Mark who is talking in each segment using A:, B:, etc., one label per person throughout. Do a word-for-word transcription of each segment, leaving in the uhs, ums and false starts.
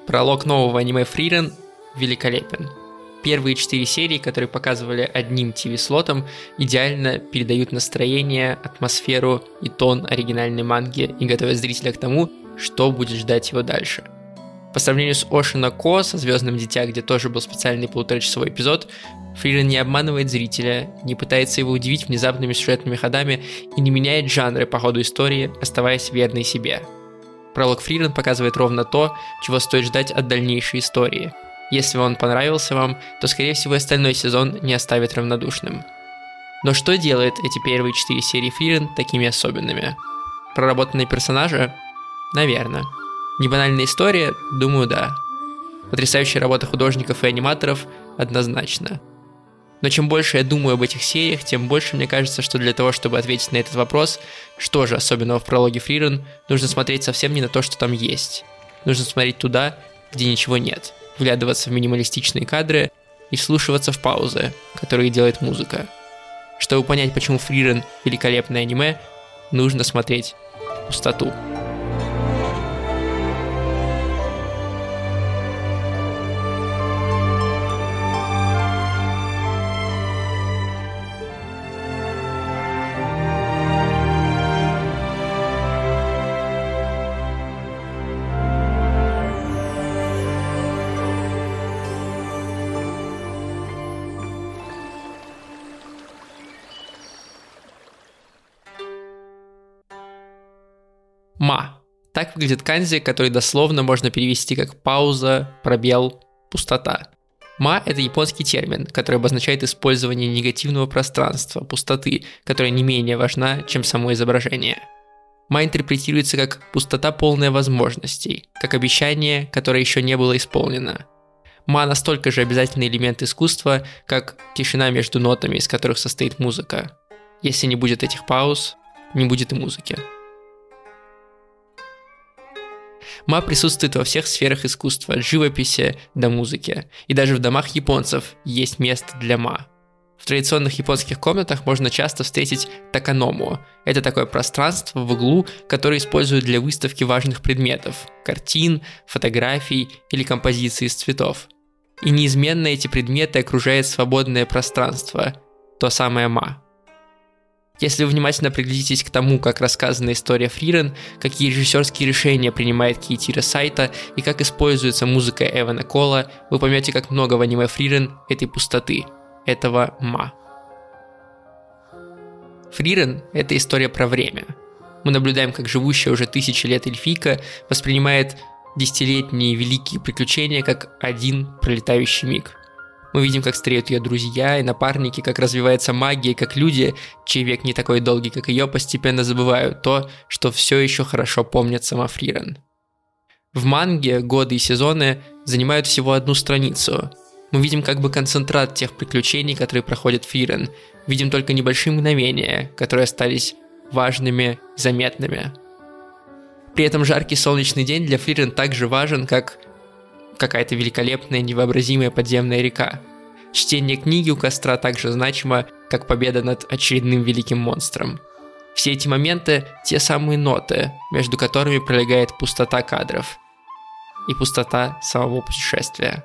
A: Пролог нового аниме Frieren великолепен. Первые четыре серии, которые показывали одним ти ви-слотом, идеально передают настроение, атмосферу и тон оригинальной манги и готовят зрителя к тому, что будет ждать его дальше. По сравнению с Ошино Ко, со «Звездным дитя», где тоже был специальный полуторачасовой эпизод, Frieren не обманывает зрителя, не пытается его удивить внезапными сюжетными ходами и не меняет жанры по ходу истории, оставаясь верной себе. Пролог Frieren показывает ровно то, чего стоит ждать от дальнейшей истории. Если он понравился вам, то, скорее всего, остальной сезон не оставит равнодушным. Но что делает эти первые четыре серии Frieren такими особенными? Проработанные персонажи? Наверное. Небанальная история? Думаю, да. Потрясающая работа художников и аниматоров? Однозначно. Но чем больше я думаю об этих сериях, тем больше мне кажется, что для того, чтобы ответить на этот вопрос, что же особенного в прологе Frieren, нужно смотреть совсем не на то, что там есть. Нужно смотреть туда, где ничего нет. Вглядываться в минималистичные кадры и вслушиваться в паузы, которые делает музыка. Чтобы понять, почему Frieren великолепное аниме, нужно смотреть в пустоту. Ма. Так выглядит канзи, который дословно можно перевести как пауза, пробел, пустота. Ма – это японский термин, который обозначает использование негативного пространства, пустоты, которая не менее важна, чем само изображение. Ма интерпретируется как пустота, полная возможностей, как обещание, которое еще не было исполнено. Ма настолько же обязательный элемент искусства, как тишина между нотами, из которых состоит музыка. Если не будет этих пауз, не будет и музыки. Ма присутствует во всех сферах искусства, от живописи до музыки. И даже в домах японцев есть место для ма. В традиционных японских комнатах можно часто встретить таканому. Это такое пространство в углу, которое используют для выставки важных предметов – картин, фотографий или композиций из цветов. И неизменно эти предметы окружает свободное пространство – то самое ма. Если вы внимательно приглядитесь к тому, как рассказана история Frieren, какие режиссерские решения принимает Кейтиро Сайто и как используется музыка Эвана Кола, вы поймете, как много в аниме Frieren этой пустоты, этого ма. Frieren – это история про время. Мы наблюдаем, как живущая уже тысячи лет эльфийка воспринимает десятилетние великие приключения как один пролетающий миг. Мы видим, как стареют ее друзья и напарники, как развивается магия, как люди, чей век не такой долгий, как ее, постепенно забывают то, что все еще хорошо помнят сама Frieren. В манге годы и сезоны занимают всего одну страницу. Мы видим как бы концентрат тех приключений, которые проходит Frieren. Видим только небольшие мгновения, которые остались важными, заметными. При этом жаркий солнечный день для Frieren так же важен, как какая-то великолепная, невообразимая подземная река. Чтение книги у костра так же значимо, как победа над очередным великим монстром. Все эти моменты – те самые ноты, между которыми пролегает пустота кадров и пустота самого путешествия.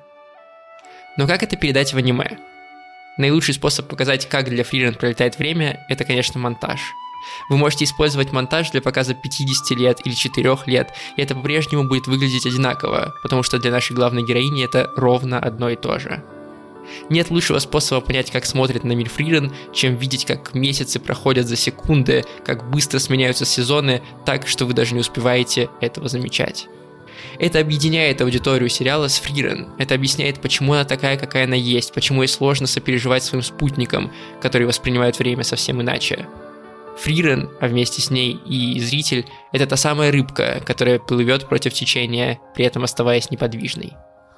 A: Но как это передать в аниме? Наилучший способ показать, как для Frieren пролетает время – это, конечно, монтаж. Вы можете использовать монтаж для показа пятидесяти лет или четырёх лет, и это по-прежнему будет выглядеть одинаково, потому что для нашей главной героини это ровно одно и то же. Нет лучшего способа понять, как смотрит на мир Frieren, чем видеть, как месяцы проходят за секунды, как быстро сменяются сезоны, так, что вы даже не успеваете этого замечать. Это объединяет аудиторию сериала с Frieren. Это объясняет, почему она такая, какая она есть, почему ей сложно сопереживать своим спутникам, которые воспринимают время совсем иначе. Frieren, а вместе с ней и зритель, это та самая рыбка, которая плывет против течения, при этом оставаясь неподвижной.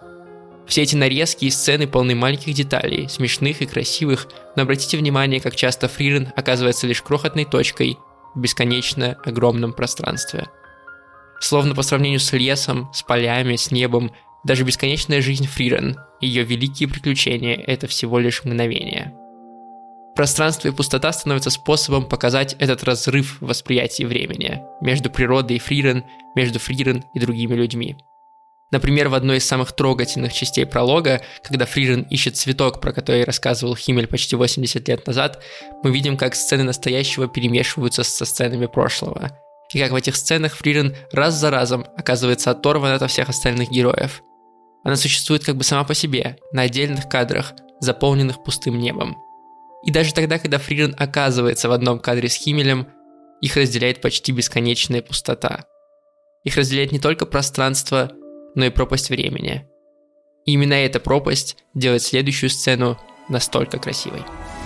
A: Все эти нарезки и сцены полны маленьких деталей, смешных и красивых, но обратите внимание, как часто Frieren оказывается лишь крохотной точкой в бесконечно огромном пространстве. Словно по сравнению с лесом, с полями, с небом, даже бесконечная жизнь Frieren, ее великие приключения – это всего лишь мгновение. Пространство и пустота становятся способом показать этот разрыв в восприятии времени между природой и Frieren, между Frieren и другими людьми. Например, в одной из самых трогательных частей пролога, когда Фрирен ищет цветок, про который рассказывал Химмель почти восемьдесят лет назад, мы видим, как сцены настоящего перемешиваются со сценами прошлого. И как в этих сценах Фрирен раз за разом оказывается оторвана от всех остальных героев. Она существует как бы сама по себе, на отдельных кадрах, заполненных пустым небом. И даже тогда, когда Фрирен оказывается в одном кадре с Химмелем, их разделяет почти бесконечная пустота. Их разделяет не только пространство, но и пропасть времени. И именно эта пропасть делает следующую сцену настолько красивой.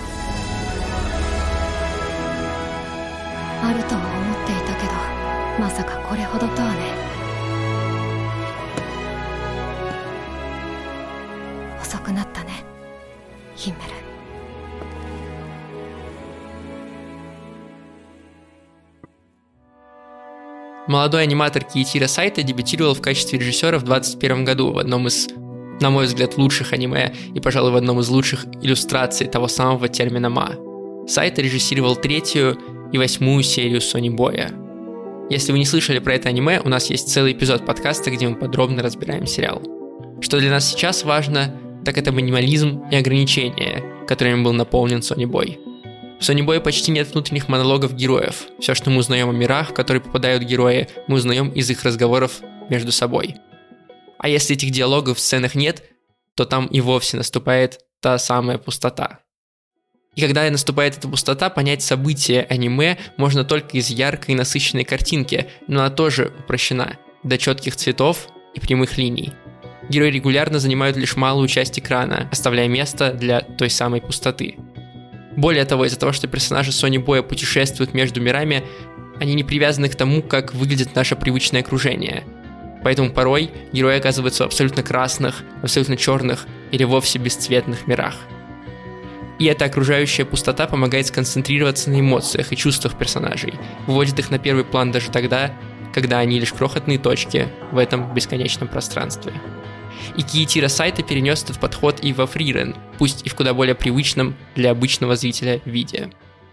A: Молодой аниматор Киитиро Сайто дебютировал в качестве режиссера в двадцать первом году в одном из, на мой взгляд, лучших аниме и, пожалуй, в одном из лучших иллюстраций того самого термина «ма». Сайто режиссировал третью и восьмую серию Сони Бойя. Если вы не слышали про это аниме, у нас есть целый эпизод подкаста, где мы подробно разбираем сериал. Что для нас сейчас важно, так это минимализм и ограничения, которыми был наполнен Сони Бой. В Сони Бой почти нет внутренних монологов героев. Все, что мы узнаем о мирах, в которые попадают герои, мы узнаем из их разговоров между собой. А если этих диалогов в сценах нет, то там и вовсе наступает та самая пустота. И когда наступает эта пустота, понять события аниме можно только из яркой и насыщенной картинки, но она тоже упрощена до четких цветов и прямых линий. Герои регулярно занимают лишь малую часть экрана, оставляя место для той самой пустоты. Более того, из-за того, что персонажи Сони Боя путешествуют между мирами, они не привязаны к тому, как выглядит наше привычное окружение. Поэтому порой герои оказываются в абсолютно красных, абсолютно черных или вовсе бесцветных мирах. И эта окружающая пустота помогает сконцентрироваться на эмоциях и чувствах персонажей, выводит их на первый план даже тогда, когда они лишь крохотные точки в этом бесконечном пространстве. И Киитиро Сайто перенес этот подход и во Фрирен, пусть и в куда более привычном для обычного зрителя виде.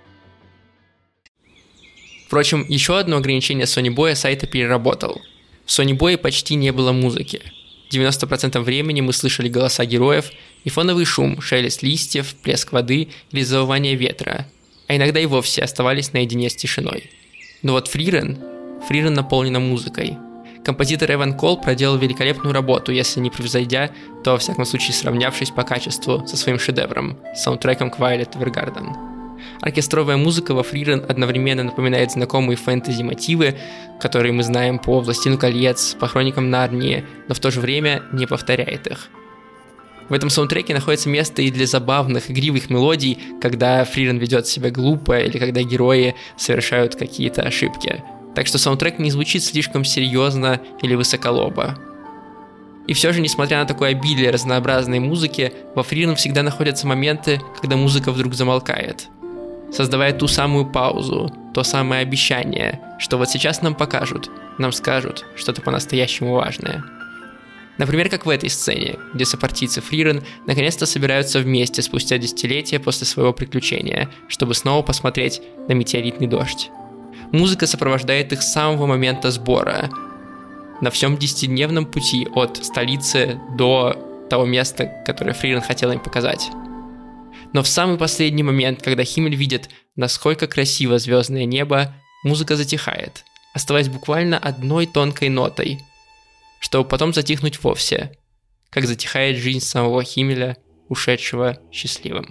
A: Впрочем, еще одно ограничение Сони Боя Сайто переработал. В Сони Бое почти не было музыки. девяносто процентов времени мы слышали голоса героев и фоновый шум, шелест листьев, плеск воды или завывание ветра, а иногда и вовсе оставались наедине с тишиной. Но вот Фрирен, Фрирен наполнена музыкой. Композитор Эван Кол проделал великолепную работу, если не превзойдя, то, во всяком случае, сравнявшись по качеству со своим шедевром, саундтреком к Violet Evergarden. Оркестровая музыка во Фрирен одновременно напоминает знакомые фэнтези-мотивы, которые мы знаем по «Властелину колец», по «Хроникам Нарнии», но в то же время не повторяет их. В этом саундтреке находится место и для забавных, игривых мелодий, когда Фрирен ведет себя глупо или когда герои совершают какие-то ошибки. Так что саундтрек не звучит слишком серьезно или высоколобо. И все же, несмотря на такое обилие разнообразной музыки, во Фрирен всегда находятся моменты, когда музыка вдруг замолкает, создавая ту самую паузу, то самое обещание, что вот сейчас нам покажут, нам скажут что-то по-настоящему важное. Например, как в этой сцене, где сопартийцы Фрирен наконец-то собираются вместе спустя десятилетия после своего приключения, чтобы снова посмотреть на метеоритный дождь. Музыка сопровождает их с самого момента сбора, на всем десятидневном пути от столицы до того места, которое Фрирен хотела им показать. Но в самый последний момент, когда Химмель видит, насколько красиво звездное небо, музыка затихает, оставаясь буквально одной тонкой нотой, чтобы потом затихнуть вовсе, как затихает жизнь самого Химмеля, ушедшего счастливым.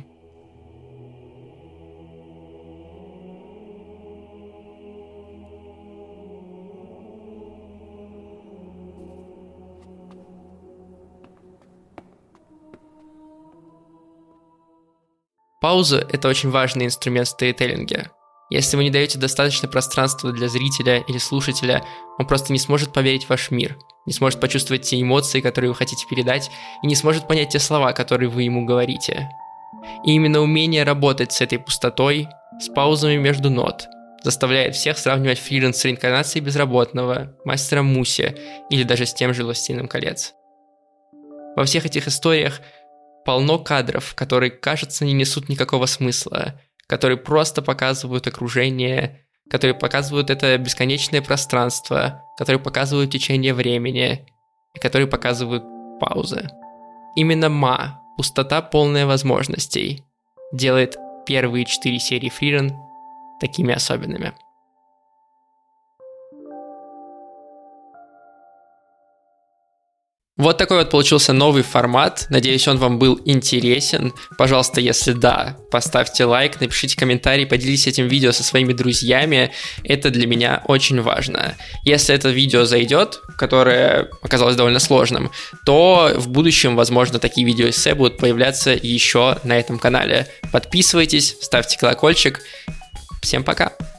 A: Пауза – это очень важный инструмент в сторителлинге. Если вы не даете достаточно пространства для зрителя или слушателя, он просто не сможет поверить в ваш мир, не сможет почувствовать те эмоции, которые вы хотите передать, и не сможет понять те слова, которые вы ему говорите. И именно умение работать с этой пустотой, с паузами между нот, заставляет всех сравнивать Фрирен с реинкарнацией Безработного, Мастером Муси или даже с тем же «Властелином колец». Во всех этих историях полно кадров, которые, кажется, не несут никакого смысла, которые просто показывают окружение, которые показывают это бесконечное пространство, которые показывают течение времени. и которые показывают паузы. Именно ма, пустота, полная возможностей, делает первые четыре серии Frieren такими особенными. Вот такой вот получился новый формат. Надеюсь, он вам был интересен. Пожалуйста, если да, поставьте лайк, напишите комментарий, поделитесь этим видео со своими друзьями. Это для меня очень важно. Если это видео зайдет, которое оказалось довольно сложным, то в будущем, возможно, такие видеоэссе будут появляться еще на этом канале. Подписывайтесь, ставьте колокольчик. Всем пока!